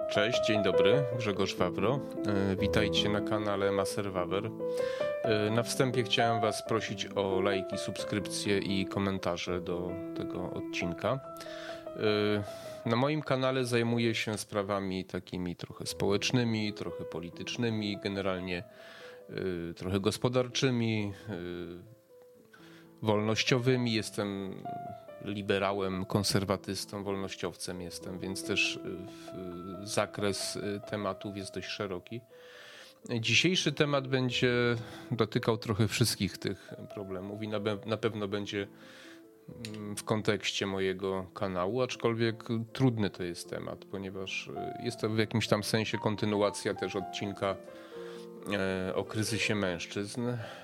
Cześć, dzień dobry, Grzegorz Wawro. Witajcie na kanale Maser Wawer. Na wstępie chciałem Was prosić o lajki, subskrypcje i komentarze do tego odcinka. Na moim kanale zajmuję się sprawami takimi trochę społecznymi, trochę politycznymi, generalnie trochę gospodarczymi, wolnościowymi. Jestem liberałem, konserwatystą, wolnościowcem jestem, więc też zakres tematów jest dość szeroki. Dzisiejszy temat będzie dotykał trochę wszystkich tych problemów i na pewno będzie w kontekście mojego kanału, aczkolwiek trudny to jest temat, ponieważ jest to w jakimś tam sensie kontynuacja też odcinka o kryzysie mężczyzn.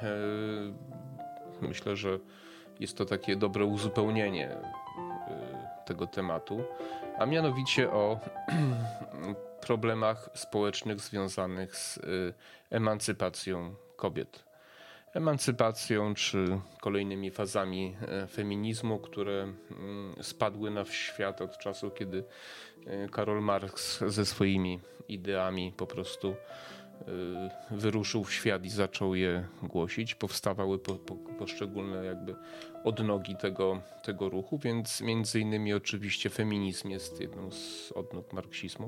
Myślę, że jest to takie dobre uzupełnienie tego tematu, a mianowicie o problemach społecznych związanych z emancypacją kobiet. Emancypacją czy kolejnymi fazami feminizmu, które spadły na świat od czasu, kiedy Karol Marx ze swoimi ideami po prostu wyruszył w świat i zaczął je głosić. Powstawały poszczególne jakby odnogi tego ruchu, więc między innymi oczywiście feminizm jest jedną z odnóg marksizmu.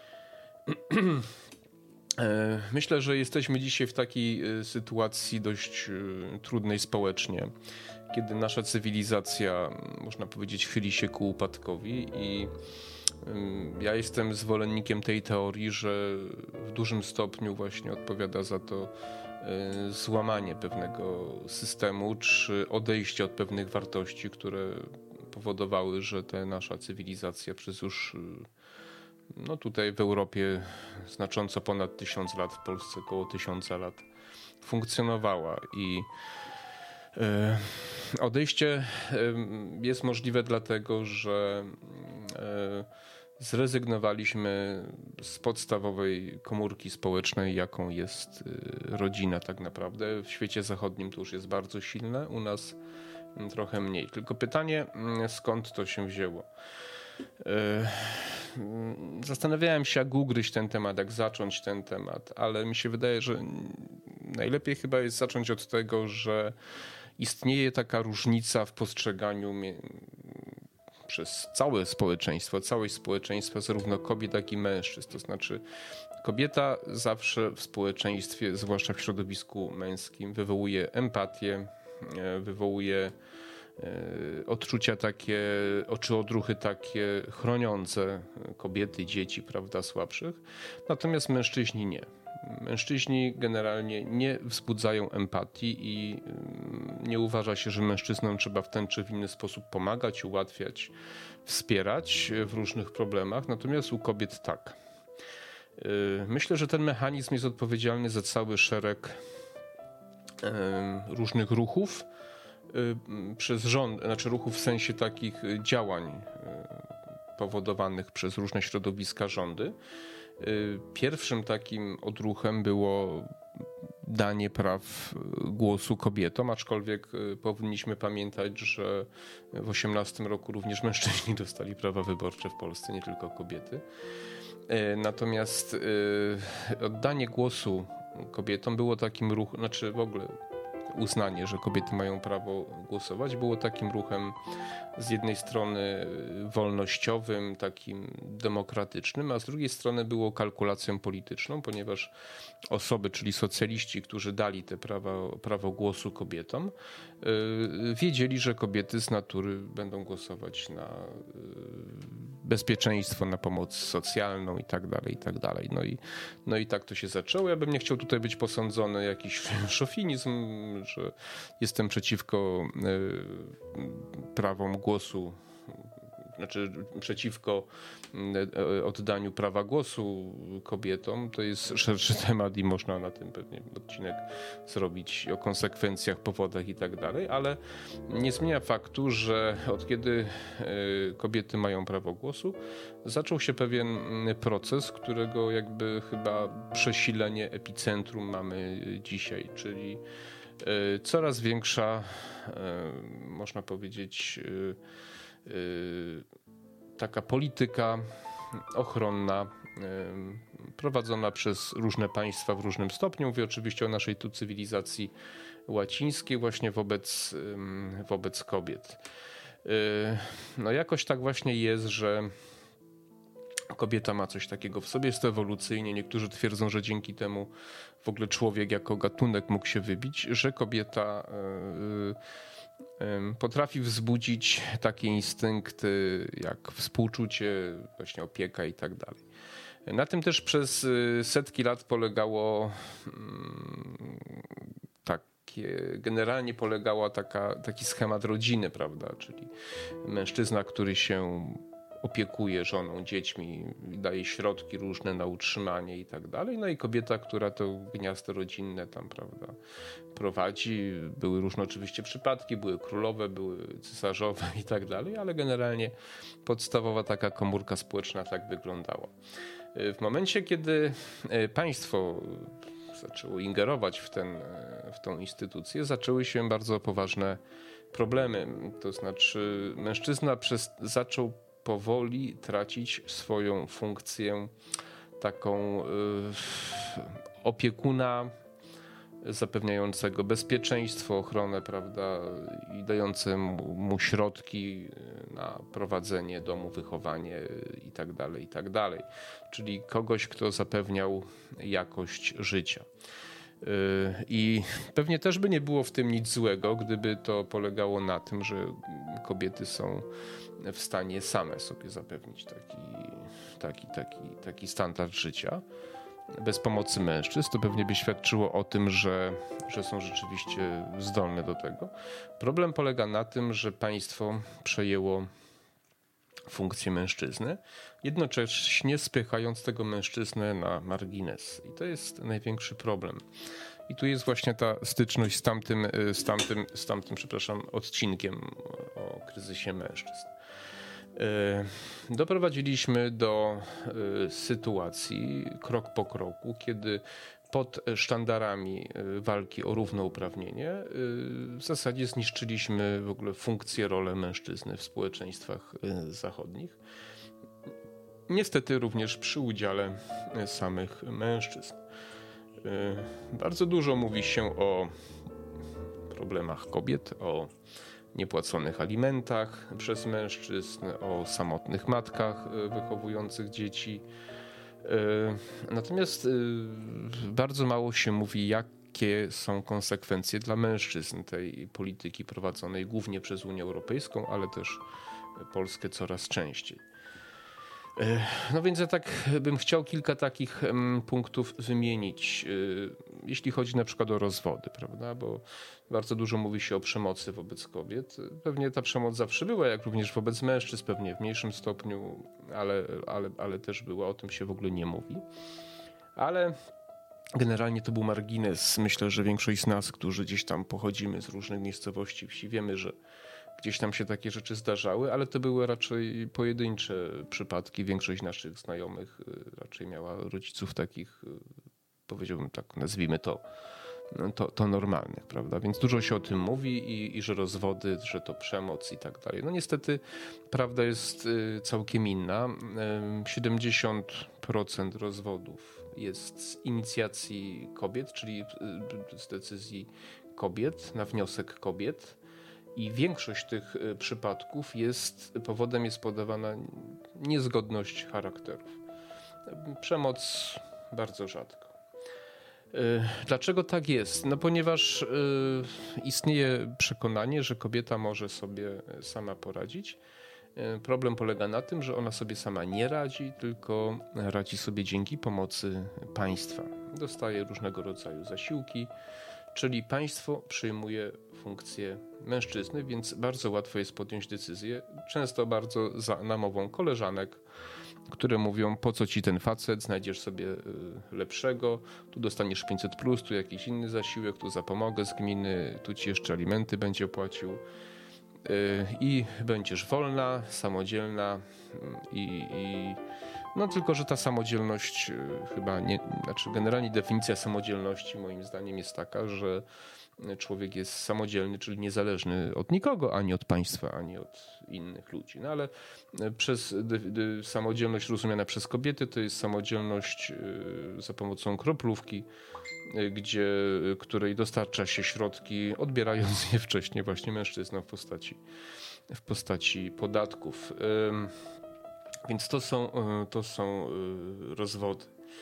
Myślę, że jesteśmy dzisiaj w takiej sytuacji dość trudnej społecznie, kiedy nasza cywilizacja, można powiedzieć, chyli się ku upadkowi i ja jestem zwolennikiem tej teorii, że w dużym stopniu właśnie odpowiada za to złamanie pewnego systemu czy odejście od pewnych wartości, które powodowały, że ta nasza cywilizacja przez już tutaj w Europie znacząco ponad 1000 lat, w Polsce około 1000 lat funkcjonowała i odejście jest możliwe dlatego, że zrezygnowaliśmy z podstawowej komórki społecznej, jaką jest rodzina tak naprawdę. W świecie zachodnim to już jest bardzo silne, u nas trochę mniej. Tylko pytanie, skąd to się wzięło? Zastanawiałem się, jak ugryźć ten temat, jak zacząć ten temat, ale mi się wydaje, że najlepiej chyba jest zacząć od tego, że istnieje taka różnica w postrzeganiu przez całe społeczeństwo, całość społeczeństwa, zarówno kobiet, jak i mężczyzn. To znaczy kobieta zawsze w społeczeństwie, zwłaszcza w środowisku męskim, wywołuje empatię, wywołuje odczucia takie, odruchy takie chroniące kobiety, dzieci, prawda, słabszych. Natomiast mężczyźni nie. Mężczyźni generalnie nie wzbudzają empatii i nie uważa się, że mężczyznom trzeba w ten czy w inny sposób pomagać, ułatwiać, wspierać w różnych problemach. Natomiast u kobiet tak. Myślę, że ten mechanizm jest odpowiedzialny za cały szereg różnych ruchów, przez rząd, znaczy ruchów w sensie takich działań powodowanych przez różne środowiska, rządy. Pierwszym takim odruchem było danie praw głosu kobietom, aczkolwiek powinniśmy pamiętać, że w 18 roku również mężczyźni dostali prawa wyborcze w Polsce, nie tylko kobiety. Natomiast oddanie głosu kobietom było takim ruchem, znaczy w ogóle uznanie, że kobiety mają prawo głosować, było takim ruchem z jednej strony wolnościowym, takim demokratycznym, a z drugiej strony było kalkulacją polityczną, ponieważ osoby, czyli socjaliści, którzy dali te prawo głosu kobietom, wiedzieli, że kobiety z natury będą głosować na bezpieczeństwo, na pomoc socjalną i tak dalej, i tak dalej. No i tak to się zaczęło. Ja bym nie chciał tutaj być posądzony jakiś szofinizm, że jestem przeciwko prawom głosu, znaczy przeciwko oddaniu prawa głosu kobietom. To jest szerszy temat i można na tym pewnie odcinek zrobić o konsekwencjach, powodach i tak dalej, ale nie zmienia faktu, że od kiedy kobiety mają prawo głosu, zaczął się pewien proces, którego jakby chyba przesilenie epicentrum mamy dzisiaj, czyli coraz większa, można powiedzieć, taka polityka ochronna prowadzona przez różne państwa w różnym stopniu. Mówię oczywiście o naszej tu cywilizacji łacińskiej właśnie wobec kobiet. No jakoś tak właśnie jest, że kobieta ma coś takiego w sobie, jest to ewolucyjnie. Niektórzy twierdzą, że dzięki temu w ogóle człowiek jako gatunek mógł się wybić, że kobieta potrafi wzbudzić takie instynkty jak współczucie, właśnie opieka i tak dalej. Na tym też przez setki lat polegała generalnie taki schemat rodziny, prawda? Czyli mężczyzna, który się opiekuje żoną, dziećmi, daje środki różne na utrzymanie i tak dalej. No i kobieta, która to gniazdo rodzinne tam, prawda, prowadzi. Były różne oczywiście przypadki, były królowe, były cesarzowe i tak dalej, ale generalnie podstawowa taka komórka społeczna tak wyglądała. W momencie, kiedy państwo zaczęło ingerować w tą instytucję, zaczęły się bardzo poważne problemy. To znaczy mężczyzna zaczął powoli tracić swoją funkcję taką opiekuna zapewniającego bezpieczeństwo, ochronę, prawda, i dającemu mu środki na prowadzenie domu, wychowanie i tak dalej. Czyli kogoś, kto zapewniał jakość życia. I pewnie też by nie było w tym nic złego, gdyby to polegało na tym, że kobiety są w stanie same sobie zapewnić taki standard życia bez pomocy mężczyzn. To pewnie by świadczyło o tym, że są rzeczywiście zdolne do tego. Problem polega na tym, że państwo przejęło funkcję mężczyzny, jednocześnie spychając tego mężczyznę na margines. I to jest największy problem. I tu jest właśnie ta styczność z tamtym odcinkiem o kryzysie mężczyzn. Doprowadziliśmy do sytuacji krok po kroku, kiedy pod sztandarami walki o równouprawnienie w zasadzie zniszczyliśmy w ogóle funkcję, rolę mężczyzny w społeczeństwach zachodnich. Niestety również przy udziale samych mężczyzn. Bardzo dużo mówi się o problemach kobiet, o niepłaconych alimentach przez mężczyzn, o samotnych matkach wychowujących dzieci. Natomiast bardzo mało się mówi, jakie są konsekwencje dla mężczyzn tej polityki prowadzonej głównie przez Unię Europejską, ale też Polskę coraz częściej. No więc ja tak bym chciał kilka takich punktów wymienić, jeśli chodzi na przykład o rozwody, prawda? Bo bardzo dużo mówi się o przemocy wobec kobiet. Pewnie ta przemoc zawsze była, jak również wobec mężczyzn, pewnie w mniejszym stopniu, ale też była, o tym się w ogóle nie mówi. Ale generalnie to był margines. Myślę, że większość z nas, którzy gdzieś tam pochodzimy z różnych miejscowości, wsi, wiemy, że gdzieś tam się takie rzeczy zdarzały, ale to były raczej pojedyncze przypadki. Większość naszych znajomych raczej miała rodziców takich, powiedziałbym tak, nazwijmy to normalnych, prawda? Więc dużo się o tym mówi i że rozwody, że to przemoc i tak dalej. No niestety prawda jest całkiem inna. 70% rozwodów jest z inicjacji kobiet, czyli z decyzji kobiet, na wniosek kobiet. I większość tych przypadków powodem jest podawana niezgodność charakterów. Przemoc bardzo rzadko. Dlaczego tak jest? No ponieważ istnieje przekonanie, że kobieta może sobie sama poradzić. Problem polega na tym, że ona sobie sama nie radzi, tylko radzi sobie dzięki pomocy państwa. Dostaje różnego rodzaju zasiłki, czyli państwo przyjmuje funkcję mężczyzny, więc bardzo łatwo jest podjąć decyzję, często bardzo za namową koleżanek, które mówią, po co ci ten facet, znajdziesz sobie lepszego, tu dostaniesz 500+, tu jakiś inny zasiłek, tu zapomogę z gminy, tu ci jeszcze alimenty będzie płacił i będziesz wolna, samodzielna i No tylko, że ta samodzielność chyba nie, znaczy generalnie definicja samodzielności moim zdaniem jest taka, że człowiek jest samodzielny, czyli niezależny od nikogo, ani od państwa, ani od innych ludzi. No ale przez samodzielność rozumiana przez kobiety to jest samodzielność za pomocą kroplówki, której dostarcza się środki, odbierając je wcześniej właśnie mężczyznom w postaci podatków. Więc to są rozwody.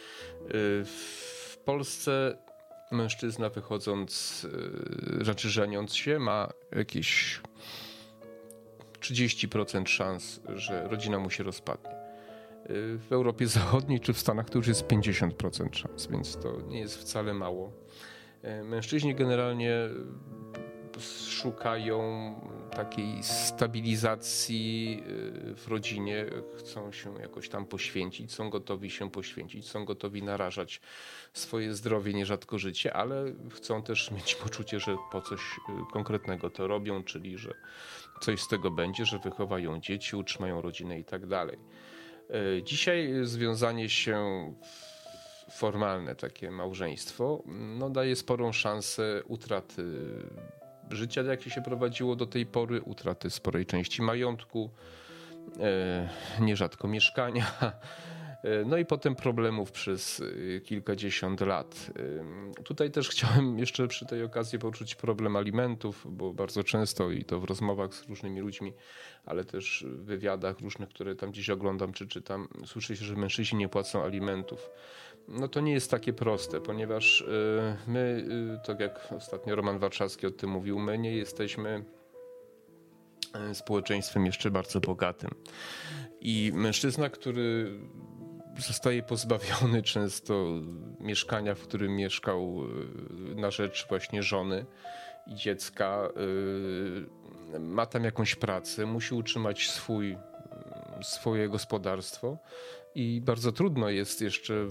W Polsce mężczyzna wychodząc, znaczy żeniąc się, ma jakieś 30% szans, że rodzina mu się rozpadnie. W Europie Zachodniej czy w Stanach to już jest 50% szans, więc to nie jest wcale mało. Mężczyźni generalnie szukają takiej stabilizacji w rodzinie, chcą się jakoś tam poświęcić, są gotowi się poświęcić, są gotowi narażać swoje zdrowie, nierzadko życie, ale chcą też mieć poczucie, że po coś konkretnego to robią, czyli że coś z tego będzie, że wychowają dzieci, utrzymają rodzinę i tak dalej. Dzisiaj związanie się formalne, takie małżeństwo, no daje sporą szansę utraty życia, jakie się prowadziło do tej pory, utraty sporej części majątku, nierzadko mieszkania, no i potem problemów przez kilkadziesiąt lat. Tutaj też chciałem jeszcze przy tej okazji poruszyć problem alimentów, bo bardzo często i to w rozmowach z różnymi ludźmi, ale też w wywiadach różnych, które tam gdzieś oglądam czy czytam, słyszy się, że mężczyźni nie płacą alimentów. No to nie jest takie proste, ponieważ my, tak jak ostatnio Roman Warszawski o tym mówił, my nie jesteśmy społeczeństwem jeszcze bardzo bogatym. I mężczyzna, który zostaje pozbawiony często mieszkania, w którym mieszkał na rzecz właśnie żony i dziecka, ma tam jakąś pracę, musi utrzymać swoje gospodarstwo i bardzo trudno jest jeszcze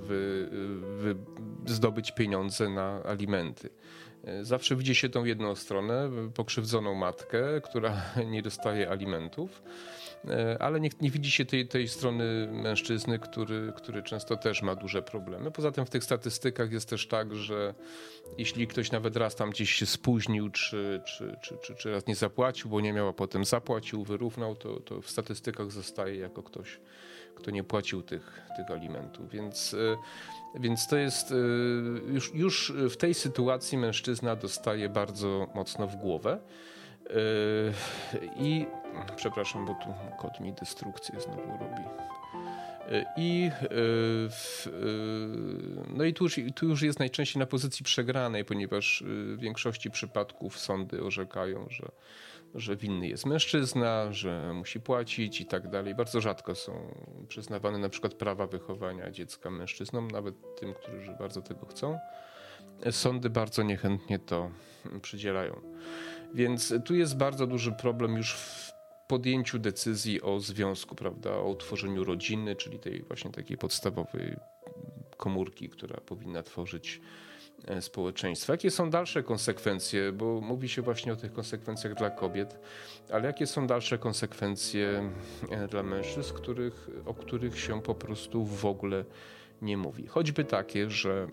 zdobyć pieniądze na alimenty. Zawsze widzi się tą jedną stronę, pokrzywdzoną matkę, która nie dostaje alimentów, ale nie widzi się tej strony mężczyzny, który często też ma duże problemy. Poza tym w tych statystykach jest też tak, że jeśli ktoś nawet raz tam gdzieś się spóźnił, czy raz nie zapłacił, bo nie miał, a potem zapłacił, wyrównał, to w statystykach zostaje jako ktoś, kto nie płacił tych alimentów. Więc to jest już w tej sytuacji mężczyzna dostaje bardzo mocno w głowę. I przepraszam, bo tu kot mi destrukcję znowu robi. No i tu już jest najczęściej na pozycji przegranej, ponieważ w większości przypadków sądy orzekają, że winny jest mężczyzna, że musi płacić i tak dalej. Bardzo rzadko są przyznawane na przykład prawa wychowania dziecka mężczyznom, nawet tym, którzy bardzo tego chcą. Sądy bardzo niechętnie to przydzielają. Więc tu jest bardzo duży problem już w podjęciu decyzji o związku, prawda, o utworzeniu rodziny, czyli tej właśnie takiej podstawowej komórki, która powinna tworzyć społeczeństwo. Jakie są dalsze konsekwencje, bo mówi się właśnie o tych konsekwencjach dla kobiet, ale jakie są dalsze konsekwencje dla mężczyzn, o których się po prostu w ogóle nie mówi. Choćby takie, że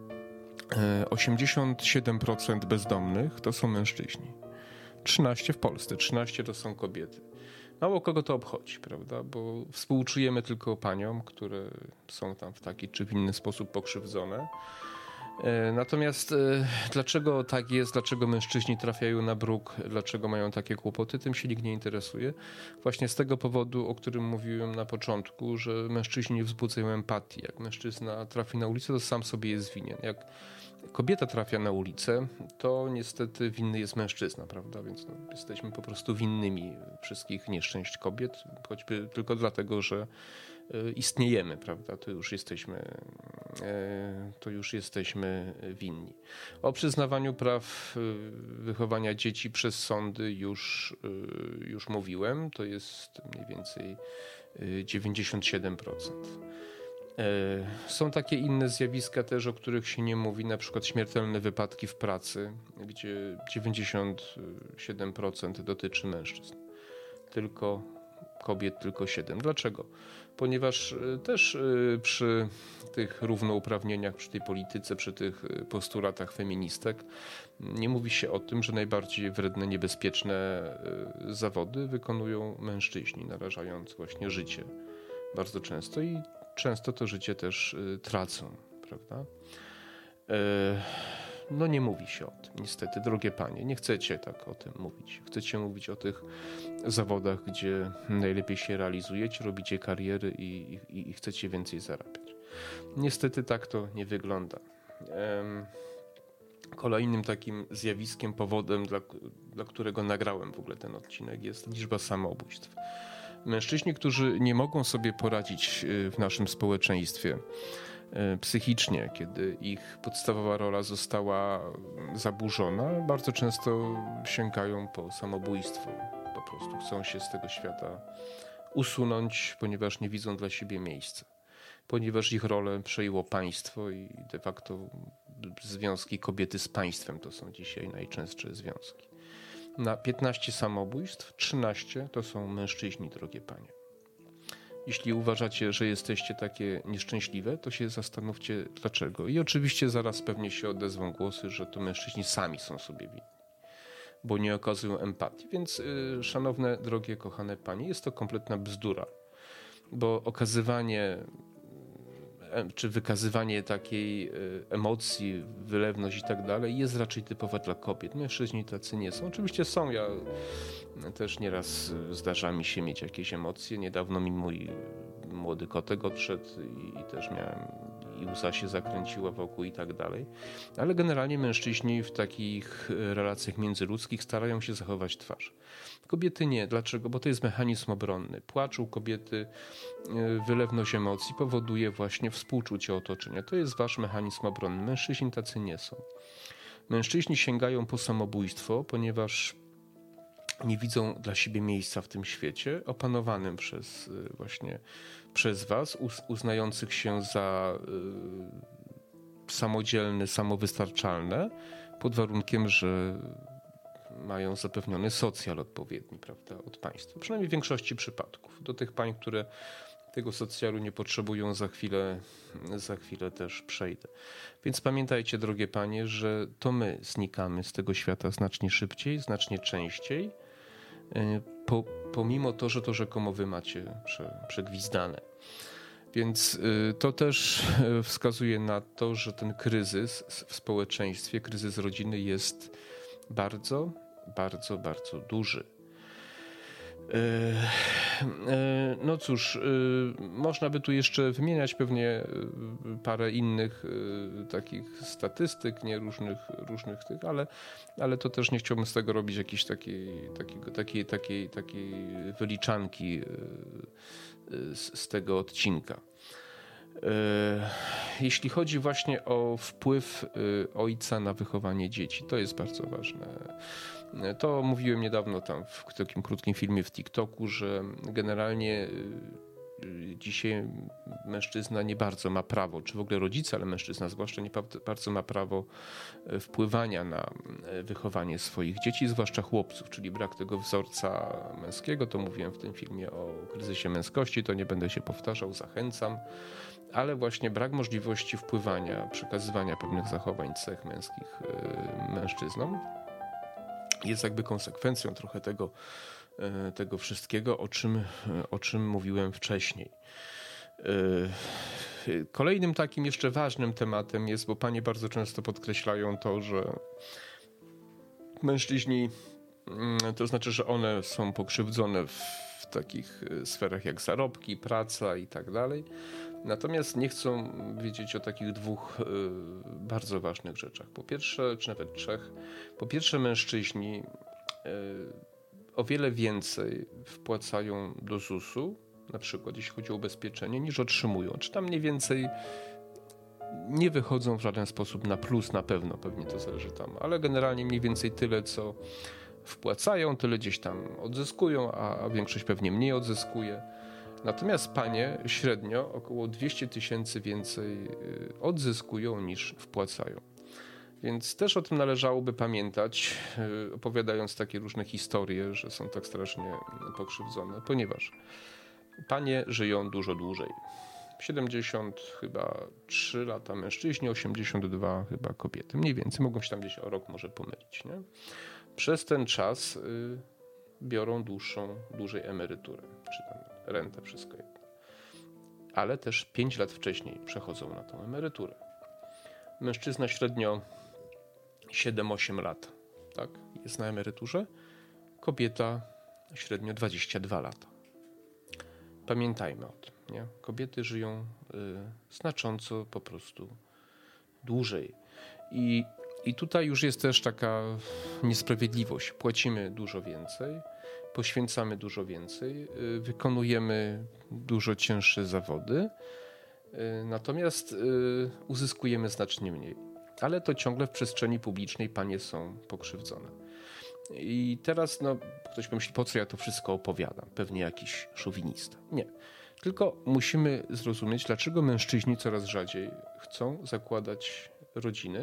87% bezdomnych to są mężczyźni. 13 w Polsce, 13 to są kobiety. Mało kogo to obchodzi, prawda? Bo współczujemy tylko paniom, które są tam w taki czy w inny sposób pokrzywdzone. Natomiast dlaczego tak jest, dlaczego mężczyźni trafiają na bruk, dlaczego mają takie kłopoty, tym się nikt nie interesuje. Właśnie z tego powodu, o którym mówiłem na początku, że mężczyźni nie wzbudzają empatii. Jak mężczyzna trafi na ulicę, to sam sobie jest winien. Jak kobieta trafia na ulicę, to niestety winny jest mężczyzna, prawda? Więc jesteśmy po prostu winnymi wszystkich nieszczęść kobiet, choćby tylko dlatego, że istniejemy, prawda? To już jesteśmy winni. O przyznawaniu praw wychowania dzieci przez sądy już mówiłem. To jest mniej więcej 97%. Są takie inne zjawiska też, o których się nie mówi, na przykład śmiertelne wypadki w pracy, gdzie 97% dotyczy mężczyzn. Tylko kobiet tylko 7%. Dlaczego? ponieważ też przy tych równouprawnieniach, przy tej polityce, przy tych postulatach feministek nie mówi się o tym, że najbardziej wredne, niebezpieczne zawody wykonują mężczyźni, narażając właśnie życie bardzo często i często to życie też tracą, prawda? No nie mówi się o tym, niestety, drogie panie, nie chcecie tak o tym mówić. Chcecie mówić o tych zawodach, gdzie najlepiej się realizujecie, robicie kariery i chcecie więcej zarabiać. Niestety tak to nie wygląda. Kolejnym takim zjawiskiem, powodem, dla którego nagrałem w ogóle ten odcinek, jest liczba samobójstw. Mężczyźni, którzy nie mogą sobie poradzić w naszym społeczeństwie psychicznie, kiedy ich podstawowa rola została zaburzona, bardzo często sięgają po samobójstwo. Po prostu chcą się z tego świata usunąć, ponieważ nie widzą dla siebie miejsca. Ponieważ ich rolę przejęło państwo i de facto związki kobiety z państwem to są dzisiaj najczęstsze związki. Na 15 samobójstw 13 to są mężczyźni, drogie panie. Jeśli uważacie, że jesteście takie nieszczęśliwe, to się zastanówcie dlaczego. I oczywiście zaraz pewnie się odezwą głosy, że to mężczyźni sami są sobie winni, bo nie okazują empatii. Więc szanowne, drogie, kochane panie, jest to kompletna bzdura, bo okazywanie czy wykazywanie takiej emocji, wylewność i tak dalej jest raczej typowa dla kobiet. Mężczyźni tacy nie są. Oczywiście są, ja też nieraz zdarza mi się mieć jakieś emocje. Niedawno mi mój młody kotek odszedł i też miałem i łza się zakręciła wokół i tak dalej. Ale generalnie mężczyźni w takich relacjach międzyludzkich starają się zachować twarz. Kobiety nie. Dlaczego? Bo to jest mechanizm obronny. Płacz u kobiety, wylewność emocji powoduje właśnie współczucie otoczenia. To jest wasz mechanizm obronny. Mężczyźni tacy nie są. Mężczyźni sięgają po samobójstwo, ponieważ nie widzą dla siebie miejsca w tym świecie, opanowanym przez was, uznających się za samodzielne, samowystarczalne, pod warunkiem, że mają zapewniony socjal odpowiedni, prawda, od państwa. Przynajmniej w większości przypadków. Do tych pań, które tego socjalu nie potrzebują, za chwilę też przejdę. Więc pamiętajcie, drogie panie, że to my znikamy z tego świata znacznie szybciej, znacznie częściej, pomimo to, że to rzekomo wy macie przegwizdane. Więc to też wskazuje na to, że ten kryzys w społeczeństwie, kryzys rodziny jest bardzo, bardzo, bardzo duży. No cóż, można by tu jeszcze wymieniać pewnie parę innych takich statystyk, nie różnych tych, ale to też nie chciałbym z tego robić jakiejś takiej wyliczanki z tego odcinka. Jeśli chodzi właśnie o wpływ ojca na wychowanie dzieci, to jest bardzo ważne. To mówiłem niedawno tam w takim krótkim filmie w TikToku, że generalnie dzisiaj mężczyzna nie bardzo ma prawo, czy w ogóle rodzice, ale mężczyzna zwłaszcza nie bardzo ma prawo wpływania na wychowanie swoich dzieci, zwłaszcza chłopców, czyli brak tego wzorca męskiego. To mówiłem w tym filmie o kryzysie męskości, to nie będę się powtarzał, zachęcam. Ale właśnie brak możliwości wpływania, przekazywania pewnych zachowań, cech męskich mężczyznom jest jakby konsekwencją trochę tego wszystkiego, o czym mówiłem wcześniej. Kolejnym takim jeszcze ważnym tematem jest, bo panie bardzo często podkreślają to, że mężczyźni, to znaczy, że one są pokrzywdzone w takich sferach jak zarobki, praca i tak dalej. Natomiast nie chcą wiedzieć o takich dwóch bardzo ważnych rzeczach. Po pierwsze, czy nawet trzech. Po pierwsze, mężczyźni o wiele więcej wpłacają do ZUS-u, na przykład jeśli chodzi o ubezpieczenie, niż otrzymują. Czy tam mniej więcej nie wychodzą w żaden sposób na plus, na pewnie to zależy tam, ale generalnie mniej więcej tyle, co wpłacają, tyle gdzieś tam odzyskują, a większość pewnie mniej odzyskuje. Natomiast panie średnio około 200 000 więcej odzyskują niż wpłacają. Więc też o tym należałoby pamiętać, opowiadając takie różne historie, że są tak strasznie pokrzywdzone, ponieważ Panie żyją dużo dłużej. 70 chyba 3 lata mężczyźni, 82 chyba kobiety. Mniej więcej, mogą się tam gdzieś o rok może pomylić. Nie? Przez ten czas biorą dłużej emeryturę, czy tam rentę, wszystko jedno. Ale też 5 lat wcześniej przechodzą na tą emeryturę. Mężczyzna średnio 7-8 lat, tak, jest na emeryturze. Kobieta średnio 22 lata. Pamiętajmy o tym, nie? Kobiety żyją znacząco po prostu dłużej. I tutaj już jest też taka niesprawiedliwość. Płacimy dużo więcej, poświęcamy dużo więcej, wykonujemy dużo cięższe zawody, natomiast uzyskujemy znacznie mniej. Ale to ciągle w przestrzeni publicznej panie są pokrzywdzone. I teraz ktoś pomyśli, po co ja to wszystko opowiadam? Pewnie jakiś szowinista. Nie. Tylko musimy zrozumieć, dlaczego mężczyźni coraz rzadziej chcą zakładać rodziny,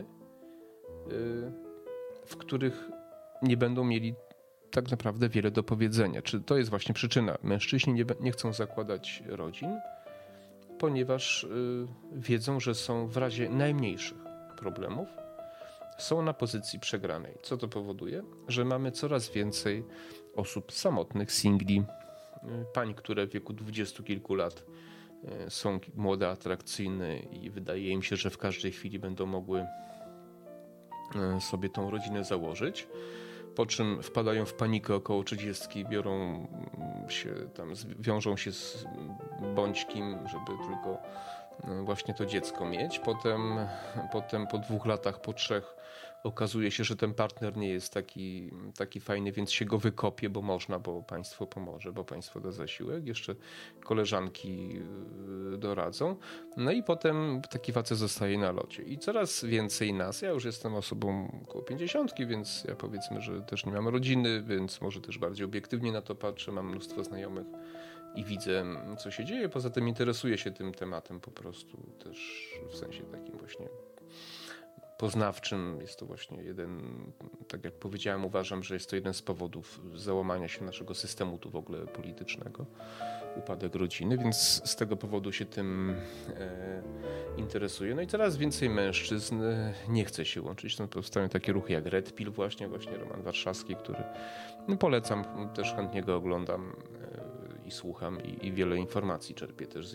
w których nie będą mieli tak naprawdę wiele do powiedzenia. Czy to jest właśnie przyczyna? Mężczyźni nie chcą zakładać rodzin, ponieważ wiedzą, że są w razie najmniejszych problemów, są na pozycji przegranej. Co to powoduje? Że mamy coraz więcej osób samotnych, singli, pań, które w wieku 20 kilku lat są młode, atrakcyjne i wydaje im się, że w każdej chwili będą mogły sobie tą rodzinę założyć, po czym wpadają w panikę około 30, wiążą się z bądź kim, żeby tylko właśnie to dziecko mieć. Potem po 2 latach, po 3 okazuje się, że ten partner nie jest taki fajny, więc się go wykopie, bo można, bo państwo pomoże, bo państwo da zasiłek. Jeszcze koleżanki doradzą. No i potem taki facet zostaje na locie. I coraz więcej nas, ja już jestem osobą około 50, więc ja powiedzmy, że też nie mam rodziny, więc może też bardziej obiektywnie na to patrzę. Mam mnóstwo znajomych i widzę, co się dzieje. Poza tym interesuję się tym tematem po prostu też w sensie takim właśnie poznawczym. Jest to właśnie tak jak powiedziałem, uważam, że jest to jeden z powodów załamania się naszego systemu tu w ogóle politycznego, upadek rodziny, więc z tego powodu się tym interesuję. No i coraz więcej mężczyzn nie chce się łączyć. Powstają takie ruchy jak Red Pill właśnie Roman Warszawski, który polecam, też chętnie go oglądam i słucham i wiele informacji czerpię też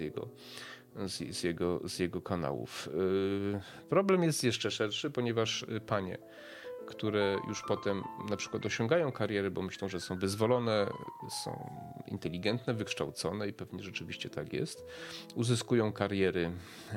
z jego kanałów. Problem jest jeszcze szerszy, ponieważ panie, które już potem na przykład osiągają karierę, bo myślą, że są wyzwolone, są inteligentne, wykształcone i pewnie rzeczywiście tak jest, uzyskują kariery,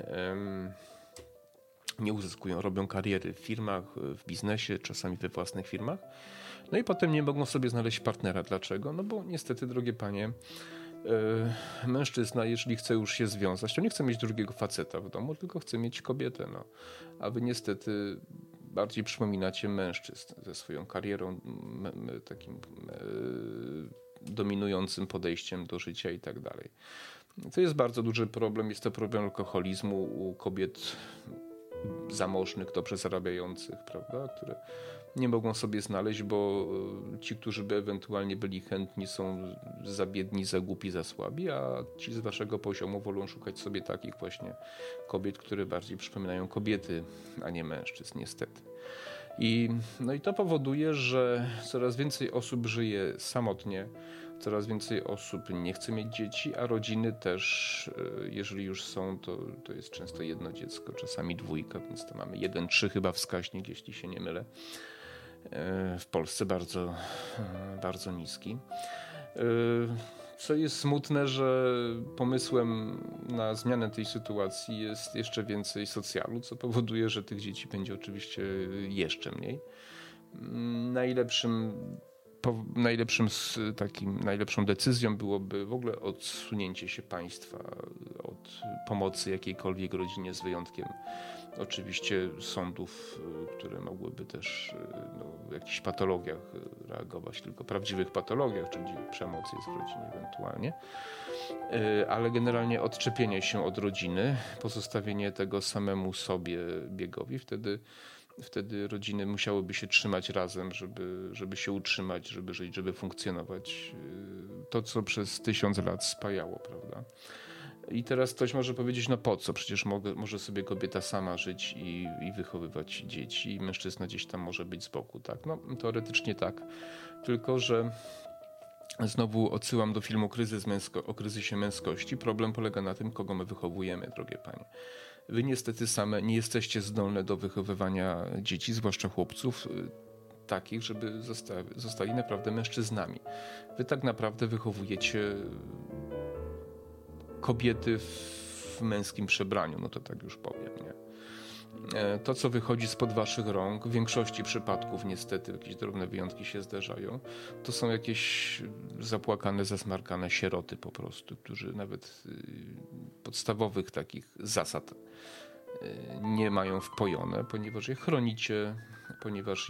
nie uzyskują, robią kariery w firmach, w biznesie, czasami we własnych firmach, no i potem nie mogą sobie znaleźć partnera. Dlaczego? No bo niestety, drogie panie, mężczyzna, jeżeli chce już się związać, to nie chce mieć drugiego faceta w domu, tylko chce mieć kobietę. A wy niestety bardziej przypominacie mężczyzn ze swoją karierą, takim dominującym podejściem do życia i tak dalej. To jest bardzo duży problem. Jest to problem alkoholizmu u kobiet zamożnych, dobrze zarabiających, prawda, które nie mogą sobie znaleźć, bo ci, którzy by ewentualnie byli chętni, są za biedni, za głupi, za słabi, a ci z waszego poziomu wolą szukać sobie takich właśnie kobiet, które bardziej przypominają kobiety, a nie mężczyzn, niestety. I to powoduje, że coraz więcej osób żyje samotnie, coraz więcej osób nie chce mieć dzieci, a rodziny też, jeżeli już są, to jest często jedno dziecko, czasami 2, więc to mamy 1,3 chyba wskaźnik, jeśli się nie mylę. W Polsce bardzo, bardzo niski. Co jest smutne, że pomysłem na zmianę tej sytuacji jest jeszcze więcej socjalu, co powoduje, że tych dzieci będzie oczywiście jeszcze mniej. Najlepszą decyzją byłoby w ogóle odsunięcie się państwa od pomocy jakiejkolwiek rodzinie, z wyjątkiem oczywiście sądów, które mogłyby też w jakichś patologiach reagować, tylko prawdziwych patologiach, czyli przemoc jest w rodzinie ewentualnie, ale generalnie odczepienie się od rodziny, pozostawienie tego samemu sobie biegowi, wtedy Wtedy rodziny musiałyby się trzymać razem, żeby się utrzymać, żeby żyć, żeby funkcjonować. To, co przez 1000 lat spajało, prawda? I teraz ktoś może powiedzieć, no po co? Przecież może sobie kobieta sama żyć i wychowywać dzieci i mężczyzna gdzieś tam może być z boku, tak? No teoretycznie tak, tylko że znowu odsyłam do filmu o kryzysie męskości. Problem polega na tym, kogo my wychowujemy, drogie panie. Wy niestety same nie jesteście zdolne do wychowywania dzieci, zwłaszcza chłopców, takich, żeby zostali naprawdę mężczyznami. Wy tak naprawdę wychowujecie kobiety w męskim przebraniu, no to tak już powiem, nie? To, co wychodzi spod waszych rąk, w większości przypadków niestety, jakieś drobne wyjątki się zdarzają, to są jakieś zapłakane, zasmarkane sieroty po prostu, którzy nawet podstawowych takich zasad nie mają wpojone, ponieważ je chronicie, ponieważ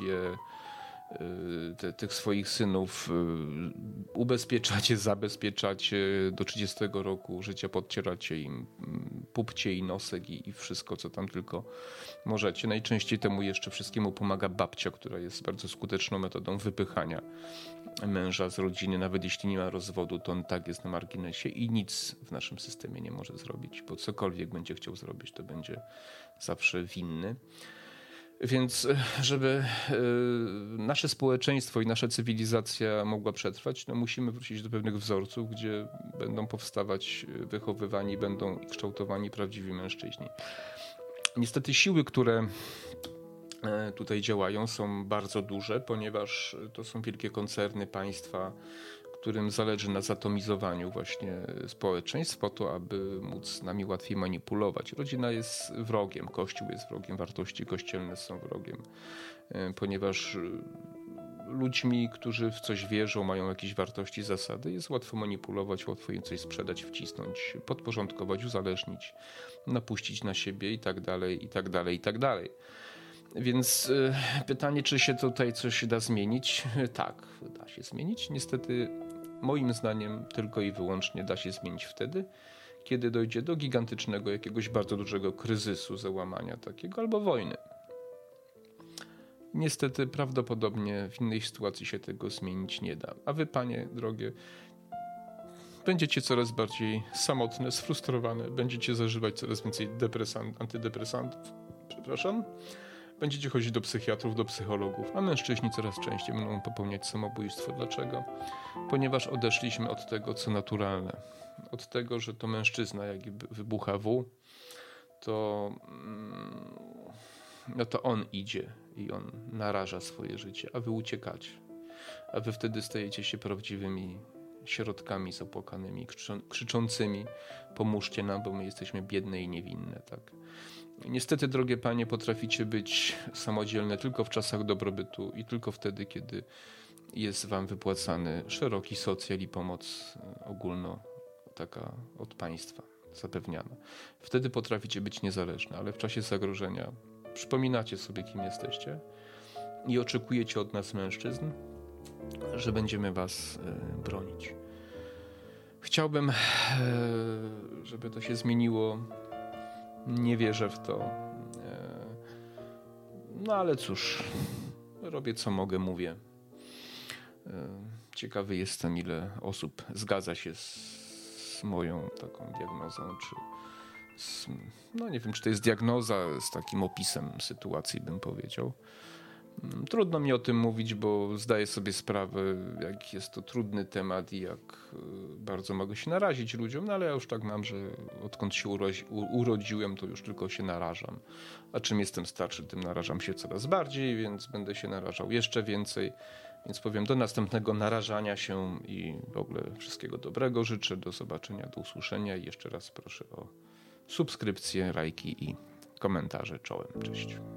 tych swoich synów ubezpieczacie, zabezpieczacie do 30 roku życia, podcieracie im pupcie i nosek i wszystko, co tam tylko możecie. Najczęściej temu jeszcze wszystkiemu pomaga babcia, która jest bardzo skuteczną metodą wypychania męża z rodziny. Nawet jeśli nie ma rozwodu, to on tak jest na marginesie i nic w naszym systemie nie może zrobić, bo cokolwiek będzie chciał zrobić, to będzie zawsze winny. Więc żeby nasze społeczeństwo i nasza cywilizacja mogła przetrwać, no musimy wrócić do pewnych wzorców, gdzie będą powstawać, wychowywani, będą kształtowani prawdziwi mężczyźni. Niestety siły, które tutaj działają, są bardzo duże, ponieważ to są wielkie koncerny, państwa, którym zależy na zatomizowaniu właśnie społeczeństw po to, aby móc nami łatwiej manipulować. Rodzina jest wrogiem, Kościół jest wrogiem, wartości kościelne są wrogiem, ponieważ ludźmi, którzy w coś wierzą, mają jakieś wartości, zasady, jest łatwo manipulować, łatwo im coś sprzedać, wcisnąć, podporządkować, uzależnić, napuścić na siebie i tak dalej, i tak dalej, i tak dalej. Więc pytanie, czy się tutaj coś da zmienić? Tak, da się zmienić. Niestety, moim zdaniem, tylko i wyłącznie da się zmienić wtedy, kiedy dojdzie do gigantycznego, jakiegoś bardzo dużego kryzysu, załamania takiego albo wojny. Niestety, prawdopodobnie w innej sytuacji się tego zmienić nie da. A wy, panie drogie, będziecie coraz bardziej samotne, sfrustrowane, będziecie zażywać coraz więcej antydepresantów, będziecie chodzić do psychiatrów, do psychologów, a mężczyźni coraz częściej będą popełniać samobójstwo. Dlaczego? Ponieważ odeszliśmy od tego, co naturalne. Od tego, że to mężczyzna, jak wybucha to on idzie i on naraża swoje życie, a wy uciekacie. A wy wtedy stajecie się prawdziwymi sierotkami zapłakanymi, krzyczącymi: pomóżcie nam, bo my jesteśmy biedne i niewinne. Tak? Niestety, drogie panie, potraficie być samodzielne tylko w czasach dobrobytu i tylko wtedy, kiedy jest wam wypłacany szeroki socjal i pomoc ogólno taka od państwa zapewniana. Wtedy potraficie być niezależne, ale w czasie zagrożenia przypominacie sobie, kim jesteście i oczekujecie od nas, mężczyzn, że będziemy was bronić. Chciałbym, żeby to się zmieniło. Nie wierzę w to. No ale cóż, robię co mogę, mówię. Ciekawy jestem, ile osób zgadza się z moją taką diagnozą, czy nie wiem, czy to jest diagnoza z takim opisem sytuacji, bym powiedział. Trudno mi o tym mówić, bo zdaję sobie sprawę, jak jest to trudny temat i jak bardzo mogę się narazić ludziom, no ale ja już tak mam, że odkąd się urodziłem, to już tylko się narażam. A czym jestem starszy, tym narażam się coraz bardziej, więc będę się narażał jeszcze więcej. Więc powiem, do następnego narażania się i w ogóle wszystkiego dobrego życzę. Do zobaczenia, do usłyszenia i jeszcze raz proszę o subskrypcje, lajki i komentarze. Czołem, cześć.